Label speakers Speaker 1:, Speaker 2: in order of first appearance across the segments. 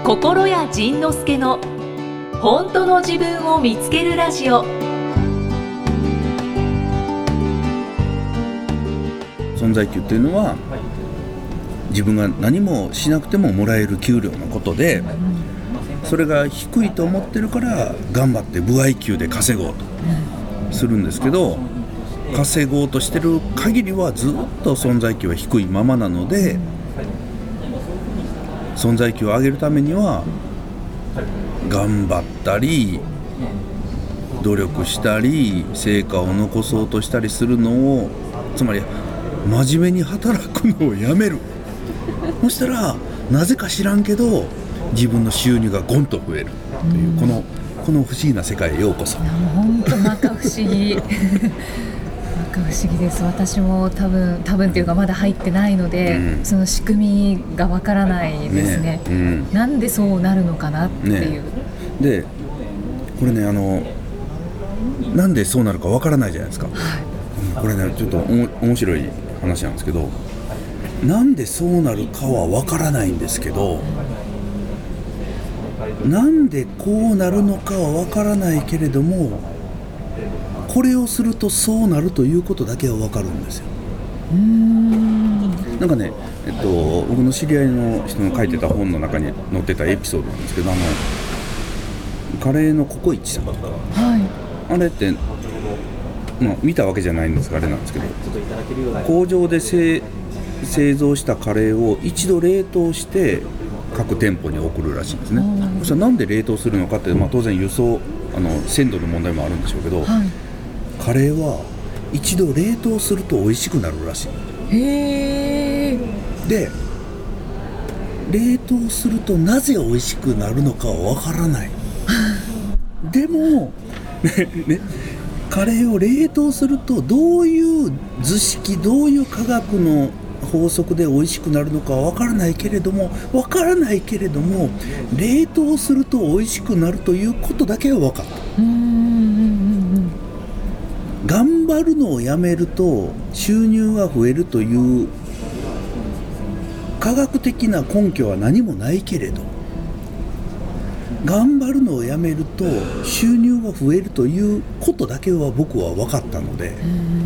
Speaker 1: 心谷仁之助の本当の自分を見つけるラジオ。
Speaker 2: 存在給っていうのは自分が何もしなくてももらえる給料のことで、それが低いと思ってるから頑張って歩合給で稼ごうとするんですけど、稼ごうとしてる限りはずっと存在給は低いままなので、存在給を上げるためには頑張ったり努力したり成果を残そうとしたりするのを、つまり真面目に働くのをやめる。そしたらなぜか知らんけど自分の収入がゴンと増えるという、この不思議な世界へようこそ。
Speaker 3: 本当摩訶不思議摩訶不思議です。私も多分っていうかまだ入ってないので、その仕組みがわからないですね。なんでそうなるのかなっていう、
Speaker 2: でこれね、なんでそうなるかわからないじゃないですか。これねちょっと面白い話なんですけど、なんでそうなるかはわからないんですけど、なんでこうなるのかはわからないけれども、これをするとそうなるということだけはわかるんですよ。なんかね、僕の知り合いの人の書いてた本の中に載ってたエピソードなんですけど、カレーのココイチさんとか、あれって、見たわけじゃないんですがあれなんですけど、工場で製造したカレーを一度冷凍して各店舗に送るらしいんですね。そしたらなんで冷凍するのかって、当然輸送鮮度の問題もあるんでしょうけど、カレーは一度冷凍すると美味しくなるらしい。で冷凍するとなぜ美味しくなるのかはわからないでもカレーを冷凍するとどういう図式、どういう科学の法則で美味しくなるのかは分からないけれども、冷凍すると美味しくなるということだけは分かった。頑張るのをやめると収入が増えるという科学的な根拠は何もないけれど、頑張るのをやめると収入が増えるということだけは僕は分かったので。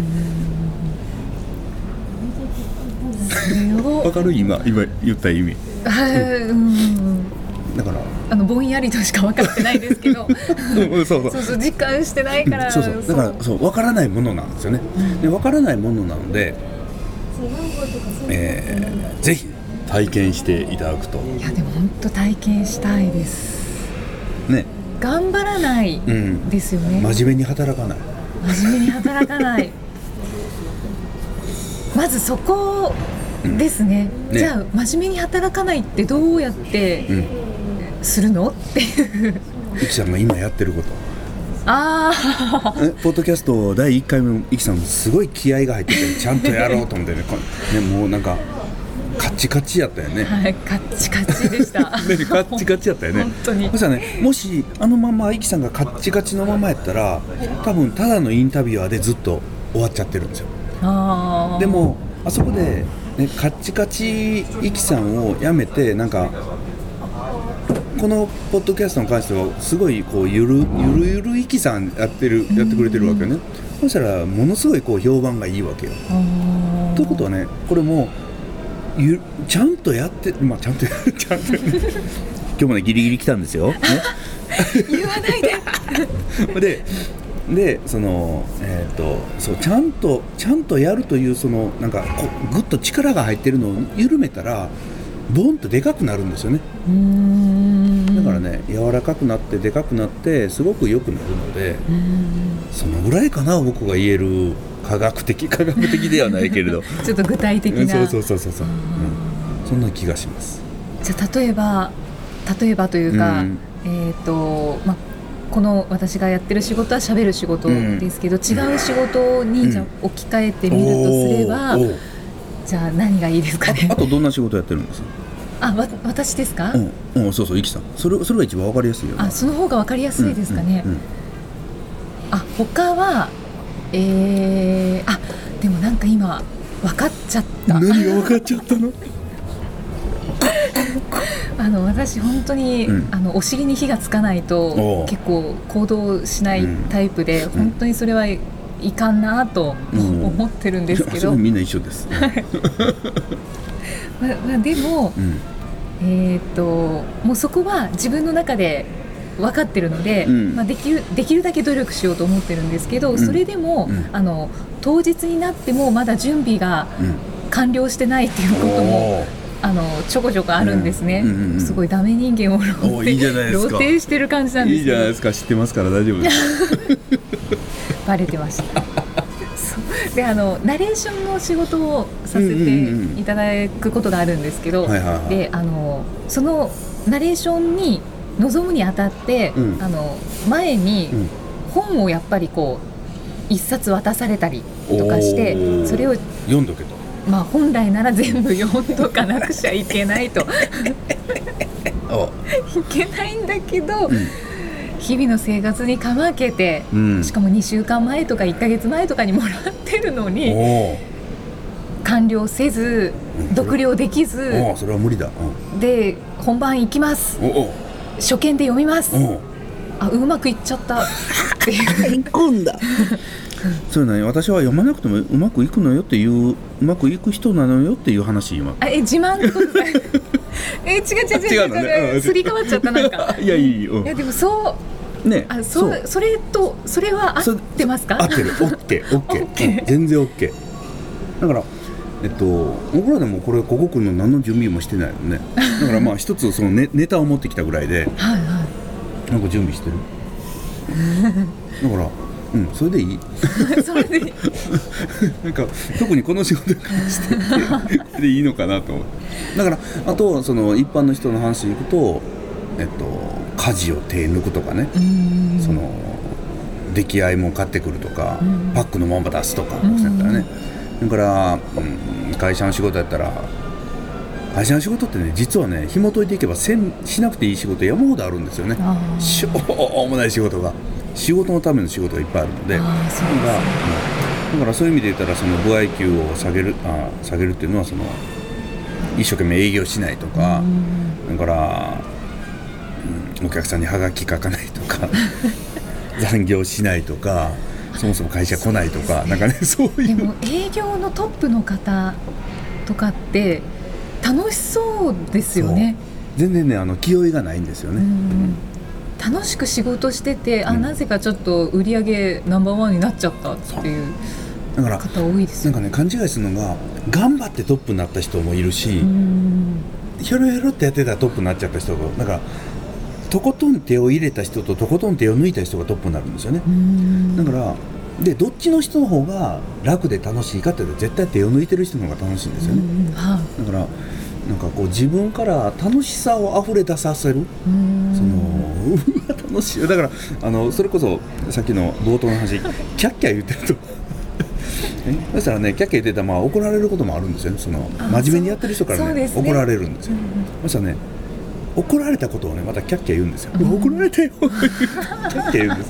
Speaker 2: 分かる？今言った意味。だから
Speaker 3: ぼんやりとしか分かってないですけどそう実感してないから、
Speaker 2: だから分からないものなんですよね。で分からないものなので、ぜひ体験していただくと。
Speaker 3: いやでも本当体験したいです
Speaker 2: ね。
Speaker 3: 頑張らないですよね。
Speaker 2: 真面目に働かないま
Speaker 3: ずそこですね。じゃあ真面目に働かないってどうやってするのっていう
Speaker 2: イキさんが今やってること。ポッドキャスト第1回目イキさんすごい気合が入っててちゃんとやろうと思ってねもうなんかカッチカチやったよね。
Speaker 3: カッチカチでした
Speaker 2: カッチカチやったよね。
Speaker 3: 本当に。
Speaker 2: そしたらね、もしままイキさんがカッチカチのままやったら多分ただのインタビュアーでずっと終わっちゃってるんですよ。でもあそこで、カッチカチイキさんをやめて、なんかこのポッドキャストに関してはすごいこうゆるイキさんやってくれてるわけよね。そしたらものすごいこう評判がいいわけよ。ということはね、これもちゃんとやって、ちゃんと今日もねギリギリ来たんですよ、ね、
Speaker 3: 言わない
Speaker 2: でそうちゃんとやるというなんかぐっと力が入ってるのを緩めたらボンとでかくなるんですよね。だからね、柔らかくなってでかくなってすごく良くなるので、そのぐらいかな、僕が言える科学的ではないけれど
Speaker 3: ちょっと具体的な
Speaker 2: そう、そんな気がします。
Speaker 3: じゃあ例えばというか、この私がやってる仕事は喋る仕事ですけど、違う仕事にじゃあ置き換えてみるとすれば、じゃあ何がいいですかね。
Speaker 2: あとどんな仕事やってるんですか？
Speaker 3: 私ですか？
Speaker 2: そうイキさん、それが一番わかりやすいよね。
Speaker 3: その方がわかりやすいですかね。他はでもなんか今分かっちゃった。
Speaker 2: 何が分かっちゃったの？
Speaker 3: 私本当に、お尻に火がつかないと結構行動しないタイプで、本当にそれはいかんなと思ってるんですけど、
Speaker 2: みんな一緒です
Speaker 3: でも、もうそこは自分の中で分かってるので、できるだけ努力しようと思ってるんですけど、それでも、当日になってもまだ準備が完了してないっていうことも、ちょこちょこあるんですね、すごいダメ人間を露呈してる感じなんですけど。
Speaker 2: いいじゃないですか、知ってますから大丈夫です
Speaker 3: バレてましたでナレーションの仕事をさせていただくことがあるんですけど、でそのナレーションに臨むにあたって、前に本をやっぱりこう一冊渡されたりとかして、それを
Speaker 2: 読んどけと、
Speaker 3: 本来なら全部読んどかなくちゃいけないといけないんだけど、日々の生活にかまけて、しかも2週間前とか1ヶ月前とかにもらってるのに完了せず、読了できず、
Speaker 2: それは無理だ、
Speaker 3: で本番行きます、初見で読みます、うまくいっちゃったっていう
Speaker 2: 行くんだそれね、私は読まなくてもうまくいくのよっていう、うまくいく人なのよっていう話今。
Speaker 3: 自慢ってことだ違う、すり替わっちゃったなんか
Speaker 2: いやいや
Speaker 3: でもそうね、それは合ってますか？
Speaker 2: 合ってる、オッケー全然オッケーだから僕らでもここ来るの何の準備もしてないよね。だから一つそのネタを持ってきたぐらいでなんか準備してるだからそれでいい
Speaker 3: それでいい
Speaker 2: なんか特にこの仕事に関してでいいのかなと思う。だからあとその一般の人の話に行くと、家事を手抜くとかね、その出来合いも買ってくるとか、パックのまま出すとかそうやったらね。だから、会社の仕事やったら、会社の仕事ってね、実はね、紐解いていけばしなくていい仕事山ほどあるんですよね。しょうもない仕事が、仕事のための仕事がいっぱいあるので、だからそういう意味で言ったら、その歩合給を下げるっていうのは、その一生懸命営業しないとか、だから、お客さんにハガキ書かないとか残業しないとか、そもそも会社来ないとか、なんかね、そういう。
Speaker 3: でも営業のトップの方とかって楽しそうですよね。
Speaker 2: 全然ね、気負いがないんですよね。
Speaker 3: 楽しく仕事してて、なぜかちょっと売り上げナンバーワンになっちゃったっていう方多いですよ。
Speaker 2: なんかね、勘違いするのが、頑張ってトップになった人もいるし、ひょろひょろってやってたらトップになっちゃった人と、なんかとことん手を入れた人ととことん手を抜いた人がトップになるんですよね。だからで、どっちの人の方が楽で楽しいかって絶対手を抜いてる人の方が楽しいんですよね。だからなんかこう自分から楽しさをあふれ出させる、楽しい。だからそれこそさっきの冒頭の話、キャッキャ言ってるとそしたらね、キャッキャ言ってたら怒られることもあるんですよね。その真面目にやってる人からね、怒られるんですよ。そしたらね、怒られたことをね、またキャッキャ言うんですよ。怒られたよキャッキャ言うんです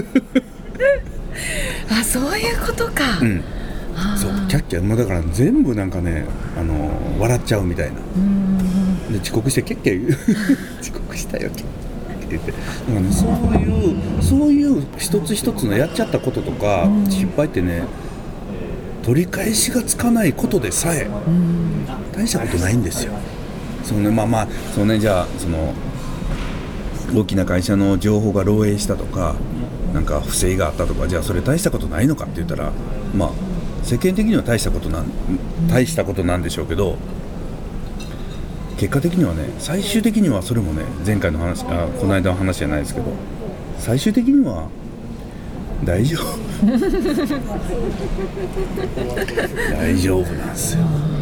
Speaker 3: そういうことか。
Speaker 2: そう、キャッキャ、だから全部なんかね、笑っちゃうみたいな。で遅刻してキャッキャ言う遅刻したよキャッキャ言って、だからね、そういう一つ一つのやっちゃったこととか、失敗ってね、取り返しがつかないことでさえ大したことないんですよ。そのね、そうね、じゃあその大きな会社の情報が漏洩したとか、なんか不正があったとか、じゃあそれ大したことないのかって言ったら、世間的には大したことなんでしょうけど、結果的にはね、最終的にはそれもね、前回の話、この間の話じゃないですけど、最終的には大丈夫大丈夫なんですよ。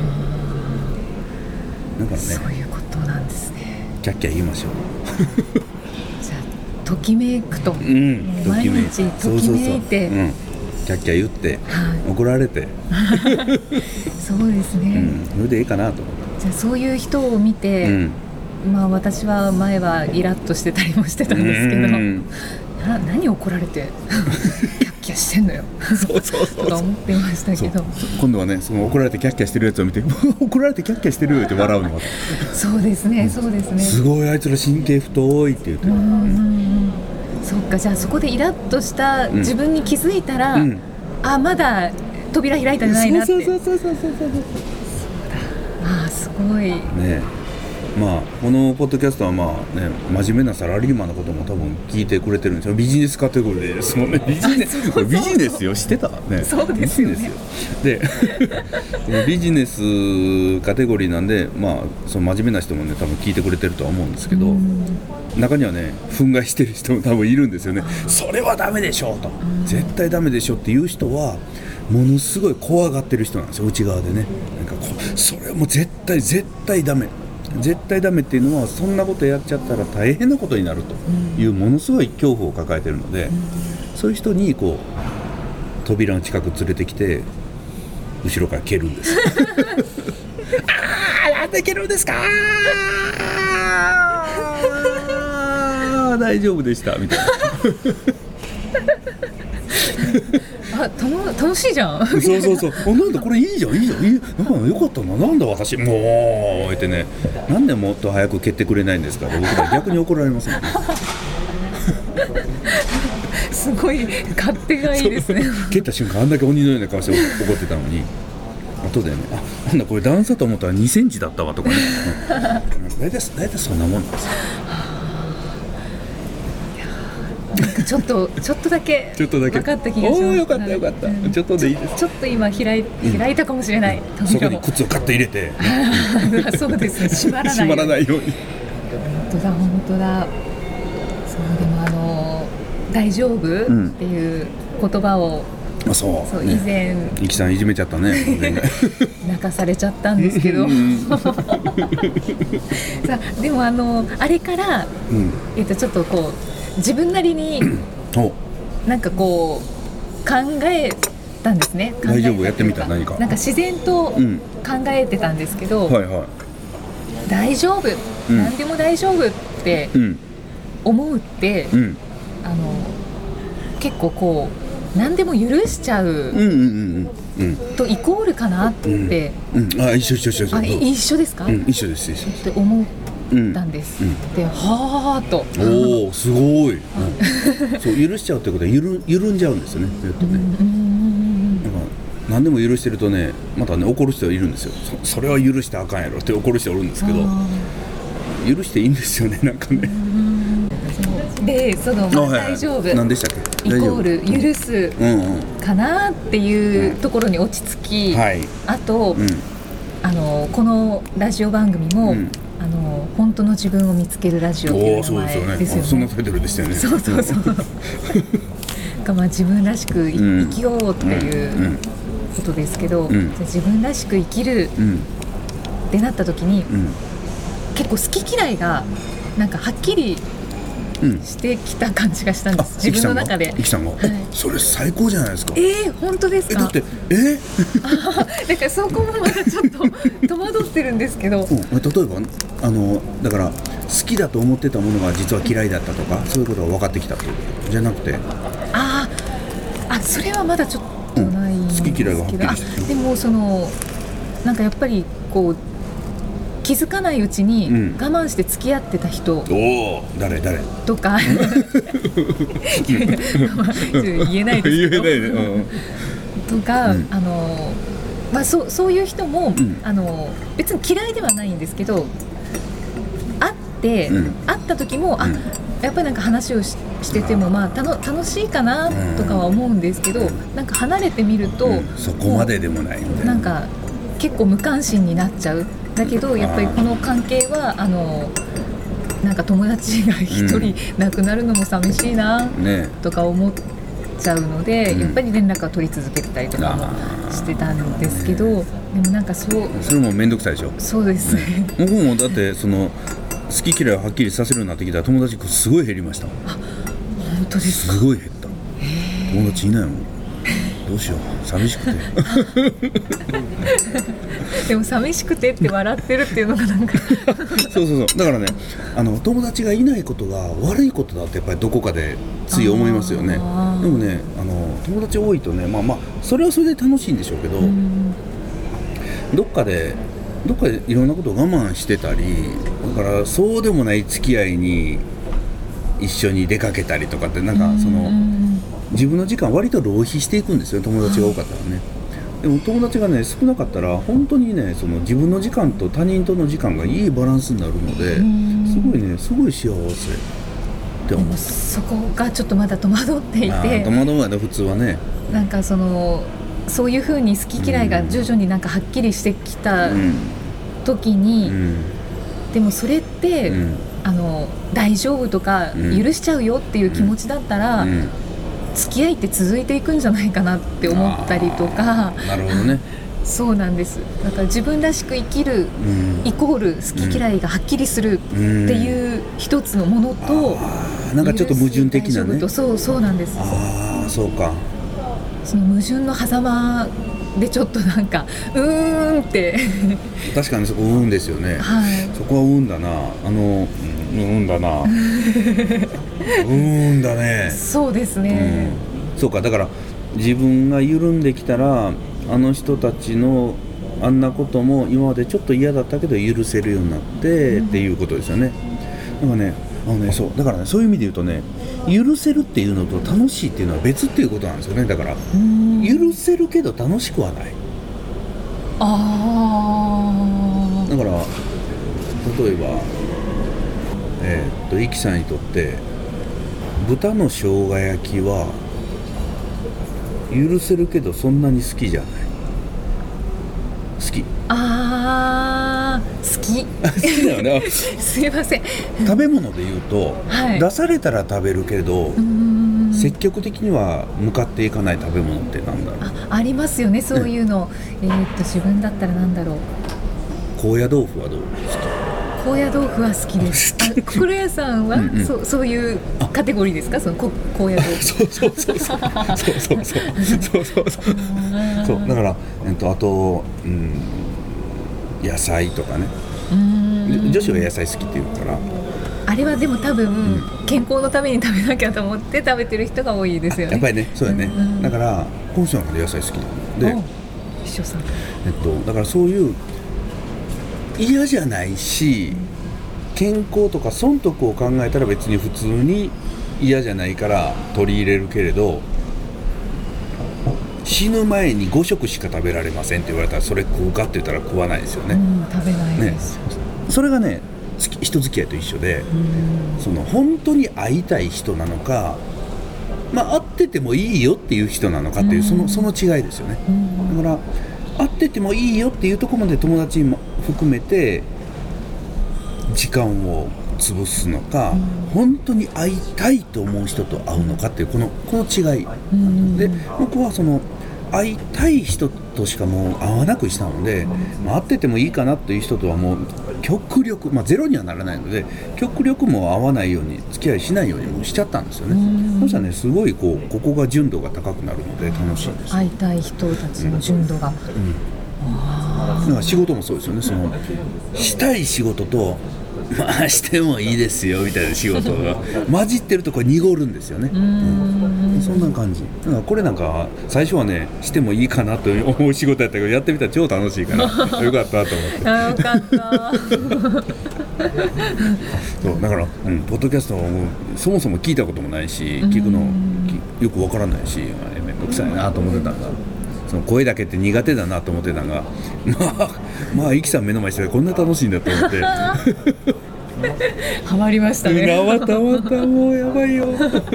Speaker 2: だからね、
Speaker 3: そういうことなんですね。
Speaker 2: キャッキャ言いましょう
Speaker 3: じゃあときめくと、毎日ときめいて、
Speaker 2: キャッキャ言って、怒られて
Speaker 3: そうですね、
Speaker 2: それでいいかなと思って。
Speaker 3: じゃあそういう人を見て、私は前はイラッとしてたりもしてたんですけど、何怒られてキャッキャしてんのよとか思ってましたけど、
Speaker 2: 今度はねその怒られてキャッキャしてるやつを見て怒られてキャッキャしてるって笑うのが
Speaker 3: そうですね、そうですね、
Speaker 2: すごいあいつら神経太いって言ってる、
Speaker 3: そっか、じゃあそこでイラッとした自分に気づいたら、あ、まだ扉開いたんじゃないなって、そうだ、あ、すごい
Speaker 2: ね。まあこのポッドキャストはまあね、真面目なサラリーマンのことも多分聞いてくれてるんですよ。ビジネスカテゴリーですもんね。ビジネスよ、してたね。
Speaker 3: そうですよね。
Speaker 2: でこのビジネスカテゴリーなんで、まあその真面目な人もね多分聞いてくれてるとは思うんですけど、中にはね憤慨してる人も多分いるんですよね。それはダメでしょと、絶対ダメでしょっていう人はものすごい怖がってる人なんですよ、内側でね。なんかそれはもう絶対ダメ、絶対ダメっていうのは、そんなことやっちゃったら大変なことになるというものすごい恐怖を抱えているので、そういう人にこう扉の近く連れてきて後ろから蹴るんですあー、なんで蹴るんですか大丈夫でしたみたいな
Speaker 3: あ、楽しいじゃん
Speaker 2: そうなんだこれいいじゃんなんかよかったな、なんだ私もうってね、なんでもっと早く蹴ってくれないんですかって僕ら逆に怒られますもんね
Speaker 3: すごい勝手がいいですね
Speaker 2: 蹴った瞬間あんだけ鬼のような顔して怒ってたのに、後でね、あ、なんだこれ段差と思ったら2センチだったわとかね大体そんなもんなんですよ。
Speaker 3: ちょっとだけ分かった気がします。
Speaker 2: おー、よかった、ちょっとでいいです。
Speaker 3: ちょっ今開いたかもしれない、
Speaker 2: そこに靴をカッと入れて
Speaker 3: そうですね、閉まらないように本当だ。そうでも大丈夫、っていう言葉をそう以前
Speaker 2: イキさんいじめちゃったね
Speaker 3: 泣かされちゃったんですけどさあでもあれから、ちょっとこう自分なりになんかこう考えたんですね。
Speaker 2: 大丈夫、やってみた。何か
Speaker 3: なんか自然と考えてたんですけど、大丈夫、何でも大丈夫って思うって、結構こう何でも許しちゃうとイコールかなって、
Speaker 2: あ、一緒
Speaker 3: 一緒ですか？
Speaker 2: 一緒です
Speaker 3: って思ったんです、で、はーと、
Speaker 2: おー、すごい、そう許しちゃうってことは緩んじゃうんですよね。何でも許してるとね、またね怒る人がいるんですよ。それは許してあかんやろって怒る人がおるんですけど、許していいんですよね、なんかね。
Speaker 3: で、大丈夫、
Speaker 2: 何でしたっけ、
Speaker 3: イコール許すかなっていうところに落ち着き、あと、このラジオ番組も、本当の自分を見つけるラジオっていう名前ですよね。
Speaker 2: そんなタイトルでしたよね。
Speaker 3: そうまあ自分らしく生きようっていうことですけど、自分らしく生きるってなった時に、結構好き嫌いがなんかはっきりしてきた感じがしたんです、自分の中で。
Speaker 2: イキさんが、それ最高じゃないですか。
Speaker 3: 本当ですか？
Speaker 2: だって
Speaker 3: だからそこもまたちょっと戸惑ってるんですけど、
Speaker 2: 例えばだから好きだと思ってたものが実は嫌いだったとか、そういうことが分かってきたっていうことじゃなくて、
Speaker 3: それはまだちょっとないんですけど、
Speaker 2: 好き嫌いがはっきりして
Speaker 3: でもなんかやっぱりこう気づかないうちに我慢して付き合ってた人、
Speaker 2: 誰
Speaker 3: とか言えないですけどとか、そういう人も、別に嫌いではないんですけど、会った時も、やっぱりなんか話をしてても、楽しいかなとかは思うんですけど、なんか離れてみると、
Speaker 2: そこまででもないみたいな、
Speaker 3: なんか結構無関心になっちゃう。だけどやっぱりこの関係はなんか友達が一人亡くなるのも寂しいなとか思っちゃうので、やっぱり連絡は取り続けてたりとかもしてたんですけど、でもなんかそ
Speaker 2: れもめんどくさいでしょ。
Speaker 3: そうですね。
Speaker 2: 僕もだって好き嫌いをはっきりさせるようになってきたら友達すごい減りました。
Speaker 3: 本当ですか？
Speaker 2: すごい減った。友達いないもん。 どうしよう寂しくて
Speaker 3: でも寂しくてって笑ってるっていうのがなんか
Speaker 2: そうだからね友達がいないことが悪いことだってやっぱりどこかでつい思いますよね。でもね友達多いとねそれはそれで楽しいんでしょうけど、どっかでいろんなことを我慢してたり、だからそうでもない付き合いに一緒に出かけたりとかってなんか自分の時間割と浪費していくんですよ、友達が多かったらね。でも友達がね少なかったら本当にね自分の時間と他人との時間がいいバランスになるので、すごい幸せって思う。
Speaker 3: そこがちょっとまだ戸惑っていて、
Speaker 2: 戸惑うわね普通はね。
Speaker 3: なんかそういう風に好き嫌いが徐々になんかはっきりしてきた時に、でもそれって、大丈夫とか許しちゃうよっていう気持ちだったら、付き合いって続いていくんじゃないかなって思ったりとか。
Speaker 2: なるほどね
Speaker 3: そうなんです。だから自分らしく生きる、イコール好き嫌いがはっきりするっていう一つのものと、
Speaker 2: なんかちょっと矛盾的なね。
Speaker 3: そうなんです。
Speaker 2: そうか。
Speaker 3: その矛盾の狭間でちょっとなんかって
Speaker 2: 確かにそこですよね、そこはだなだね
Speaker 3: そうですね、
Speaker 2: そうか。だから自分が緩んできたらあの人たちのあんなことも今までちょっと嫌だったけど許せるようになってっていうことですよね。だからねそうだからね、そういう意味で言うとね、許せるっていうのと楽しいっていうのは別っていうことなんですよね。だから許せるけど楽しくはない。だから例えばイキさんにとって豚の生姜焼きは許せるけどそんなに好きじゃない。好き。
Speaker 3: 好き
Speaker 2: 好きだよね
Speaker 3: すいません。
Speaker 2: 食べ物で言うと、出されたら食べるけど積極的には向かっていかない食べ物ってなんだろう。
Speaker 3: ありますよね、そういうの、自分だったらなんだろう。
Speaker 2: 高野豆腐はどう？好き？
Speaker 3: 高野豆腐は好きです。黒谷さんは、そういうカテゴリーですか？その高野豆腐。
Speaker 2: そうだから、あと、野菜とかね。女子は野菜好きっていうから。
Speaker 3: あれはでも多分、健康のために食べなきゃと思って食べてる人が多いですよね。
Speaker 2: やっぱりね、そうだね。だからコンションが野菜好きなので、
Speaker 3: 一緒さん。
Speaker 2: だからそういう嫌じゃないし、健康とか損得を考えたら別に普通に嫌じゃないから取り入れるけれど、死ぬ前に5食しか食べられませんって言われたらそれ食うかって言ったら食わないですよね。
Speaker 3: 食べないです、
Speaker 2: それがね人付き合いと一緒で、本当に会いたい人なのか、会っててもいいよっていう人なのかっていうその違いですよね。だから会っててもいいよっていうところまで友達も含めて時間を潰すのか、本当に会いたいと思う人と会うのかっていうこの違いで、僕は会いたい人としかもう会わなくしたので、会っててもいいかなという人とはもう極力、ゼロにはならないので極力も会わないように付き合いしないようにもしちゃったんですよね。そしたらね、すごいここが純度が高くなるので楽しいんです。
Speaker 3: 会いたい人たちの純度が、
Speaker 2: だから仕事もそうですよね。したい仕事としてもいいですよみたいな仕事が混じってるとこれ濁るんですよね。そんな感じ。だからこれなんか最初はねしてもいいかなと思う仕事やったけど、やってみたら超楽しいからよかったと思って。
Speaker 3: よかった
Speaker 2: そうだから、ポッドキャストはもうそもそも聞いたこともないし、聞くのよくわからないし、めんどくさいなと思ってたんだ。その声だけって苦手だなと思ってたが、イキさん目の前してこんな楽しいんだと思って
Speaker 3: ハマりましたね。
Speaker 2: またもうやばいよ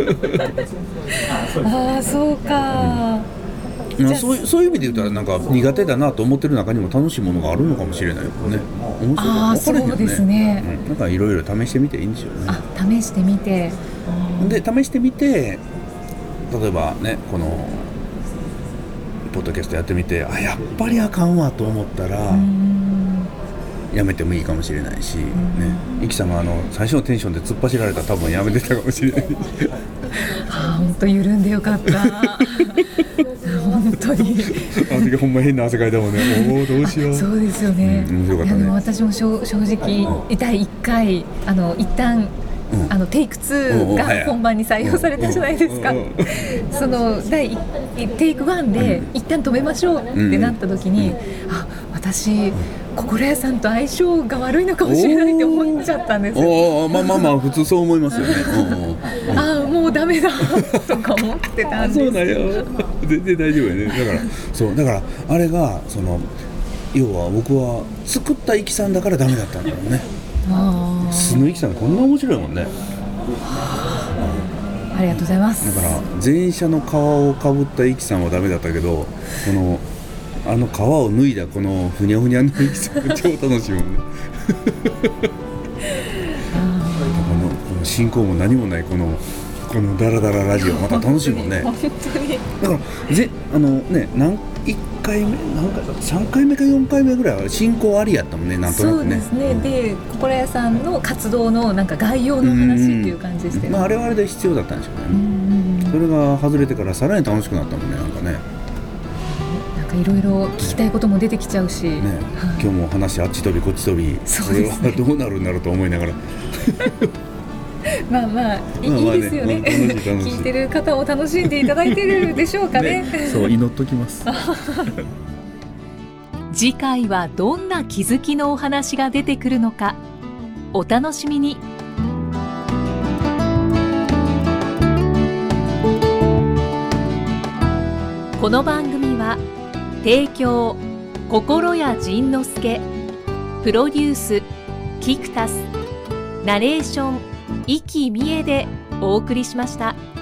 Speaker 3: そうか、
Speaker 2: そういう意味で言うとなんか苦手だなと思ってる中にも楽しいものがあるのかもしれないよね。面白い。
Speaker 3: そうですね。
Speaker 2: なんかいろいろ試してみていいんですよね。
Speaker 3: 試してみて、
Speaker 2: で試してみて、例えばねこのポッドキャストやってみてやっぱりあかんわと思ったらやめてもいいかもしれないし、ね、イキさんが最初のテンションで突っ走られたら多分やめてたかもしれない
Speaker 3: 本当緩んでよかった本当に
Speaker 2: あの時ほんま変な汗かいたもんねおおどうしよう
Speaker 3: そうですよね、
Speaker 2: 面白かったね。
Speaker 3: でも私も正直第1回一旦テイク2が本番に採用されたじゃないですか。そのテイク1で一旦止めましょうってなった時に、私心屋さんと相性が悪いのかもしれないって思っちゃったんですよ。
Speaker 2: まあ普通そう思いますよね
Speaker 3: もうダメだとか思ってたんです
Speaker 2: そうだよ全然大丈夫やね。だからあれが要は僕は作ったイキさんだからダメだったんだろうね。素のイキさんこんな面白いもんね。
Speaker 3: ありがとうございます。
Speaker 2: だから前者の皮をかぶったイキさんはダメだったけど、皮を脱いだこのふにゃふにゃのイキさんが超楽しいもんねこの進行も何もないこのダラダララジオまた楽しいもんね。
Speaker 3: 本当に
Speaker 2: だから1回目3回目か4回目ぐらいは進行ありやったもんね。なんとなくね。
Speaker 3: そうですね。で心屋さんの活動のなんか概要の話っていう感じでしたよね。
Speaker 2: あれはあれで必要だったんでしょうね。それが外れてからさらに楽しくなったもんね。なんかね
Speaker 3: いろいろ聞きたいことも出てきちゃうし、
Speaker 2: 今日も話あっち飛びこっち飛び、
Speaker 3: そうですね、
Speaker 2: これはどうなるんだろうと思いながら
Speaker 3: いいですよね、聞いてる方も楽しんでいただいてるでしょうかね
Speaker 2: そう祈っときます
Speaker 1: 次回はどんな気づきのお話が出てくるのかお楽しみに。この番組は提供心谷仁之助、プロデュースキクタス、ナレーション生きみえでお送りしました。